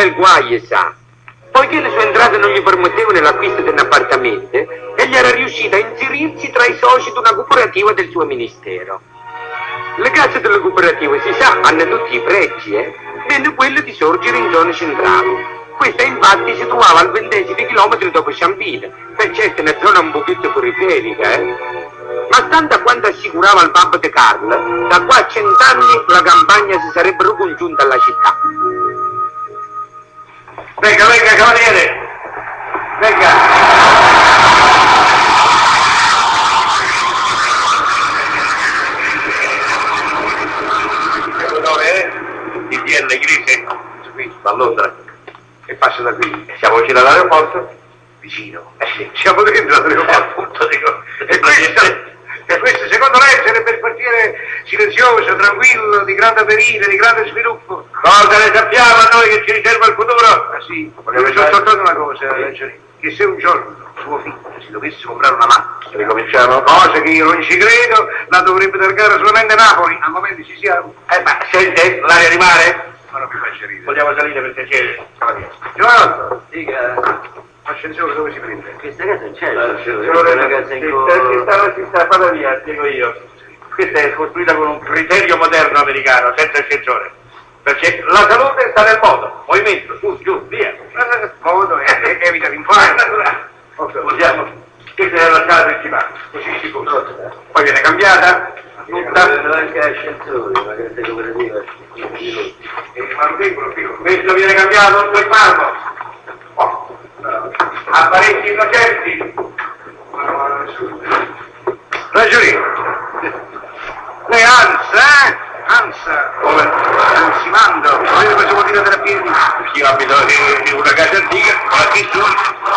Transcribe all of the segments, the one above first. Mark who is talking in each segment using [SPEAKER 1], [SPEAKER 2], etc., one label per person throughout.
[SPEAKER 1] bel guaio, sa. Poiché le sue entrate non gli permettevano l'acquisto di un appartamento, egli era riuscito a inserirsi tra i soci di una cooperativa del suo ministero. Le case delle cooperative, si sa, hanno tutti i pregi, meno quello di sorgere in zone centrali. Questa infatti si trovava al 20 chilometro dopo Ciampino, per certo una zona un pochetto periferica, Ma stando a quanto assicurava il babbo di Carlo, da qua a 100 anni la campagna si sarebbe ricongiunta alla città.
[SPEAKER 2] Venga, venga, cavaliere! Venga! Dove? DDL Grise? Qui, a Londra. E passa da qui. Siamo vicino all'aeroporto? Vicino. Sì, siamo dentro all'aeroporto. Appunto, dico. E questo secondo lei sarebbe il quartiere silenzioso, tranquillo, di grande avvenire, di grande sviluppo? Cosa ne sappiamo a noi che ci riserva il futuro? Ah sì, voglio soltanto una cosa, che se un giorno suo figlio si dovesse comprare una macchina, ricominciamo? Cosa che io non ci credo, la dovrebbe targare solamente Napoli, al momento ci siamo. Ma sente, l'aria di mare? Ma non mi faccia ridere. Vogliamo salire per piacere? Giovanotto, dica. Ascensore dove si prende? Questa casa non c'è l'ascensore, una casa in ci sta, vada via, spiego io. Questa è costruita con un criterio moderno americano, senza ascensore. Perché la salute sta nel modo, movimento, su, giù, via. Modo, evita l'infarto. Vogliamo, questa è la scala principale, così si costruisce. Poi viene cambiata. Non anche ascensore, la casa cooperativa. Ma lo dicono, questo viene cambiato, tutto il marmo. Apparecchi innocenti. Ragioni. Lei ansa, Ansa. Come? Ansimando. Vedete cosa vuol dire tra piedi? Io abito in una casa antica, con la chiusura.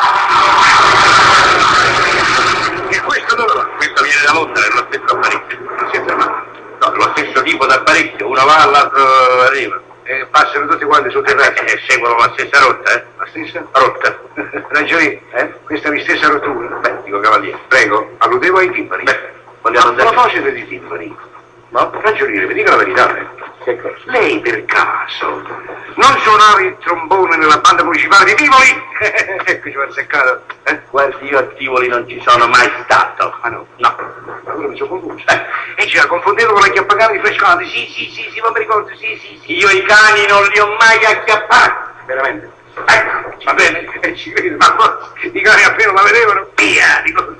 [SPEAKER 2] E questo dove va? Questo viene da Londra, è lo stesso apparecchio. Non si è fermato? No, lo stesso tipo di apparecchio, uno va, l'altro arriva. E passano tutti quanti sul terrazzo. E seguono la stessa rotta, La stessa? Rotta. Ragioni, questa è la stessa rottura. Beh, dico cavaliere. Prego, alludevo ai timpani. Beh, vogliamo andare. A proposito di timpani, ma ragioniere, mi dica la verità, Che cosa? Lei per caso non suonava il trombone nella banda municipale di Tivoli? Ecco, ci va seccato. Guardi, io a Tivoli non ci sono mai stato. Ah no? No. Allora mi sono confuso. E ci la confondevo con la chiappacana di Frescati. Sì, ma mi ricordo, sì. Io i cani non li ho mai acchiappati. Veramente? Va bene, ci credo, ma i cani appena la vedevano, via, dico.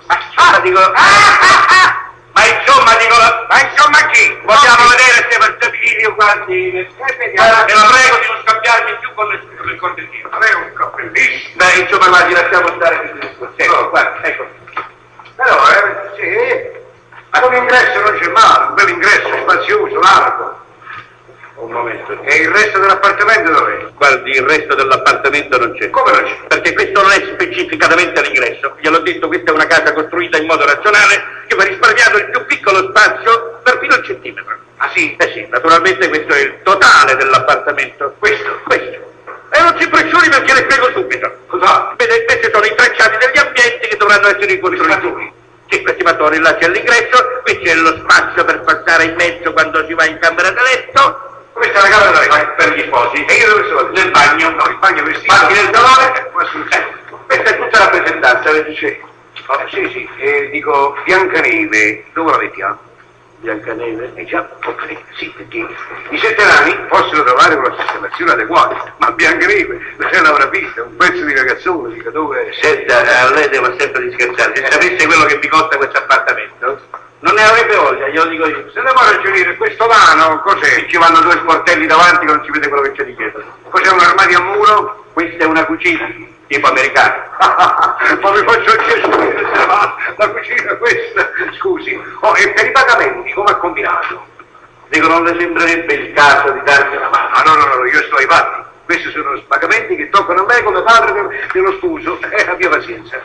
[SPEAKER 2] Ma insomma chi? Vogliamo vedere se per stabilire guardi. Te la prego di non scambiarmi più con il cortesino. Ma lei è un cappellissimo. Beh, insomma, guardi, lasciamo stare questi discorsi. No, guarda, ecco. Però, sì. Ma con l'ingresso non c'è male, un bel ingresso, spazioso, largo. Un momento. E il resto dell'appartamento dov'è? Guardi, il resto dell'appartamento non c'è. Come non c'è? Perché questo non è specificatamente l'ingresso. Gliel'ho detto, questa è una casa costruita in modo razionale che va risparmiato il più piccolo spazio perfino il centimetro. Ah sì? Sì, naturalmente questo è il totale dell'appartamento. Questo. E non si impressioni perché le spiego subito. Cosa? Vede, questi sono i tracciati degli ambienti che dovranno essere ricostruiti. Sì, questi mattoni, là c'è l'ingresso, qui c'è lo spazio per passare in mezzo quando si va in camera da letto. Questa è la camera da letto per gli sposi. E io dove sono? Nel bagno. No, il bagno vestito. Parti nel salone? Questa è tutta la rappresentanza, vedi c'è. Sì. E dico, Biancaneve, dove la mettiamo? Biancaneve? Già, sì, perché i 7 nani possono trovare una sistemazione adeguata, ma Biancaneve lei l'avrà vista, un pezzo di ragazzone, dica dove... Senta, a lei devo sempre di scherzare, se sapesse quello che mi costa questo appartamento, non ne avrebbe voglia, glielo dico io. Se devo ragionare, questo vano, cos'è? Ci vanno 2 sportelli davanti che non si vede quello che c'è di dietro. Cos'è, un armadio a muro? Questa è una cucina, tipo americana. Ma mi faccio piacere, la cucina è questa. Scusi, e per i pagamenti come ha combinato? Dico, non le sembrerebbe il caso di darmi una mano? No, io sto ai fatti. Questi sono pagamenti che toccano a me come padre dello sposo. Abbia pazienza.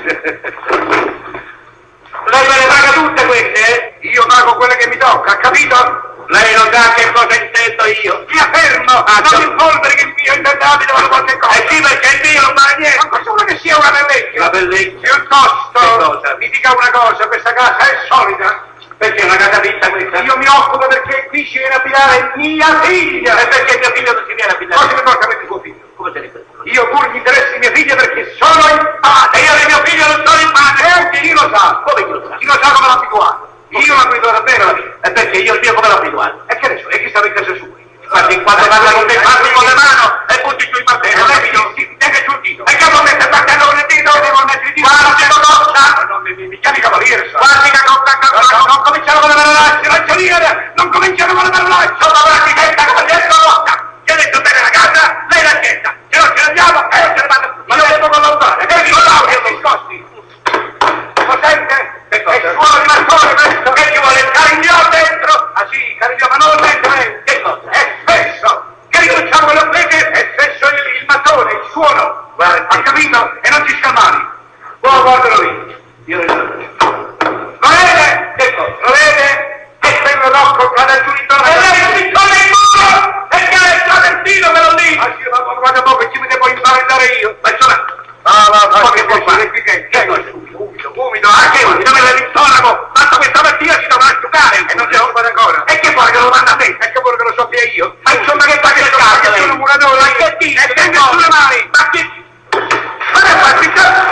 [SPEAKER 2] Lei me le paga tutte queste, Io pago quelle che mi tocca, ha capito? Lei non sa che cosa intendo io. Stia fermo! Non involvere che il mio intendabile vale qualche cosa. Sì, perché il mio non vale niente. Ma cosa vuole che sia una pellecchia? Una pellecchia? Piuttosto, mi dica una cosa, questa casa è solida. Perché è una casa fitta questa? Io mi occupo perché qui ci viene a abitare mia figlia. E perché mio figlio non si viene a abitare? Cosa mi porta a tuo figlio? Come sei libero?
[SPEAKER 1] Io pure gli interessi di mia figlia perché sono in pace.
[SPEAKER 2] E io di mio figlio non sono in pace.
[SPEAKER 1] E anche chi lo sa.
[SPEAKER 2] Come chi lo sa?
[SPEAKER 1] Chi lo sa come l'ho abituato. Io l'ho abituato bene la mia.
[SPEAKER 2] E perché io il mio come l'ho abituato?
[SPEAKER 1] E che ne so, e chi stava in casa sua?
[SPEAKER 2] Guardi, quando parla con te, parli con le mani e butti giù i martelli.
[SPEAKER 1] E lei mi tiene giù il dito.
[SPEAKER 2] E che vuol mettere il martello con il dito?
[SPEAKER 1] Devo mettere il dito.
[SPEAKER 2] Guardi, cosa?
[SPEAKER 1] Non mi chiami cavaliere, sa.
[SPEAKER 2] Guardi che
[SPEAKER 1] Non cominciamo con le parolacce, ragioniere! Non cominciamo con le parolacce!
[SPEAKER 2] sono avanti testa come dentro lotta. Ti ho detto bene la casa, lei l'accetta. Se non ce l'abbiamo, non ce ne vado.
[SPEAKER 1] Ma io devo collaudare.
[SPEAKER 2] E che collaudi?
[SPEAKER 1] Che discosti? Lo sente?
[SPEAKER 2] Che cosa?
[SPEAKER 1] È suono di mattone questo.
[SPEAKER 2] Che ci vuole il carignò dentro?
[SPEAKER 1] Ah sì, carignò, ma non lo sente lei?
[SPEAKER 2] Che cosa?
[SPEAKER 1] È spesso! Che ricominciamo con le offese? È spesso il mattone, il suono!
[SPEAKER 2] Guardi.
[SPEAKER 1] Ha capito? E non si scalmani! Poi guardalo lì! Io lo vede?
[SPEAKER 2] Che cosa?
[SPEAKER 1] Lo vede? Che quello Rocco tra il giuritore!
[SPEAKER 2] E lei si piccone il muro! E che è il travertino quello lì!
[SPEAKER 1] Ah sì, ma guarda un po' che ci mi devo impaventare io!
[SPEAKER 2] Ma insomma,
[SPEAKER 1] Ma
[SPEAKER 2] che vuoi fare?
[SPEAKER 1] Che cosa? Umido,
[SPEAKER 2] anche umido me ne stomaco! Basta questa mattina si dovrà asciugare!
[SPEAKER 1] E non si occupa ancora!
[SPEAKER 2] E che vuoi che lo manda a me?
[SPEAKER 1] E che vuole che lo sappia io?
[SPEAKER 2] Ma insomma che fai che cazzo?
[SPEAKER 1] Sono un muratore!
[SPEAKER 2] Ma che dici?
[SPEAKER 1] E tenga sulle mani!
[SPEAKER 2] Ma che...
[SPEAKER 1] Ma che cosa?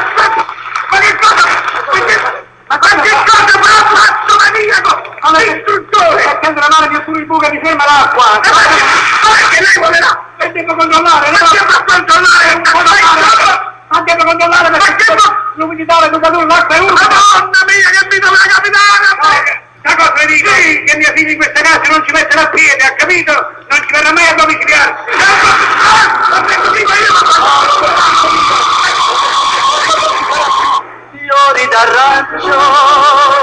[SPEAKER 1] Ma che cosa pazzo maniaco? All'istruttore! Ma prende la mano di pure il buco mi ferma l'acqua! Ma che lei vuole là? E devo controllare! Ma devo controllare! Ma devo controllare perché l'umidità, l'educatura, l'acqua è una! Madonna mia che mi doveva capitare! Sa cosa dico? Sì, che mia figlia in questa casa non ci mette la piede, ha capito? Non ci verrà mai a domiciliarsi!
[SPEAKER 2] Fiori d'arrancio